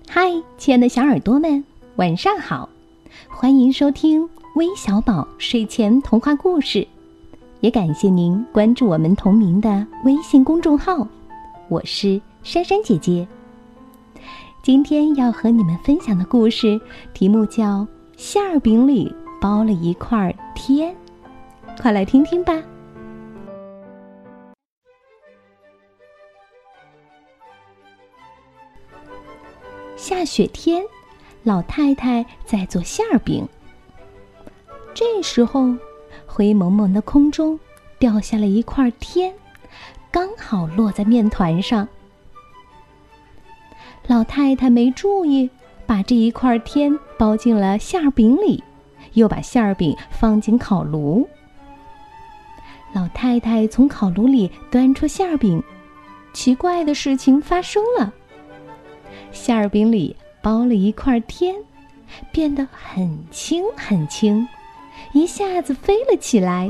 嗨，亲爱的小耳朵们，晚上好！欢迎收听微小宝睡前童话故事，也感谢您关注我们同名的微信公众号。我是珊珊姐姐。今天要和你们分享的故事题目叫《馅儿饼里包了一块天》，快来听听吧。下雪天，老太太在做馅儿饼。这时候，灰蒙蒙的空中掉下了一块天，刚好落在面团上。老太太没注意，把这一块天包进了馅儿饼里，又把馅儿饼放进烤炉。老太太从烤炉里端出馅儿饼，奇怪的事情发生了。馅儿饼里包了一块天，变得很轻很轻，一下子飞了起来。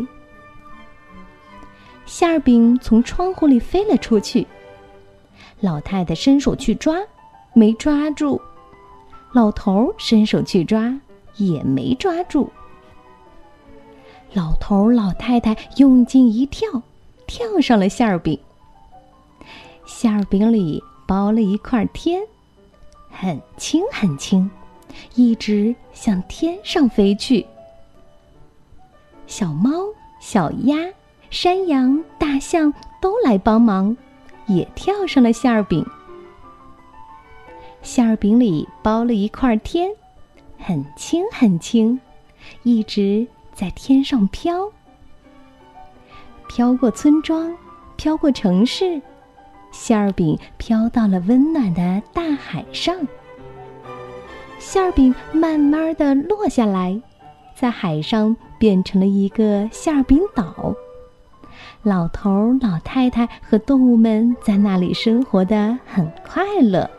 馅儿饼从窗户里飞了出去，老太太伸手去抓，没抓住；老头伸手去抓，也没抓住。老头老太太用劲一跳，跳上了馅儿饼。馅儿饼里包了一块天，很轻很轻，一直向天上飞去。小猫、小鸭、山羊、大象都来帮忙，也跳上了馅儿饼。馅儿饼里包了一块天，很轻很轻，一直在天上飘。飘过村庄，飘过城市，馅儿饼飘到了温暖的大海上。馅儿饼慢慢地落下来，在海上变成了一个馅儿饼岛。老头、老太太和动物们在那里生活得很快乐。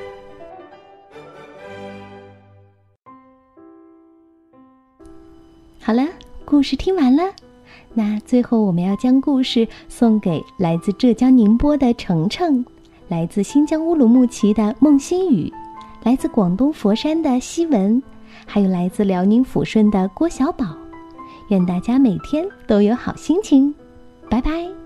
好了，故事听完了。那最后我们要将故事送给来自浙江宁波的程程，来自新疆乌鲁木齐的孟新宇，来自广东佛山的希文，还有来自辽宁抚顺的郭小宝。愿大家每天都有好心情，拜拜。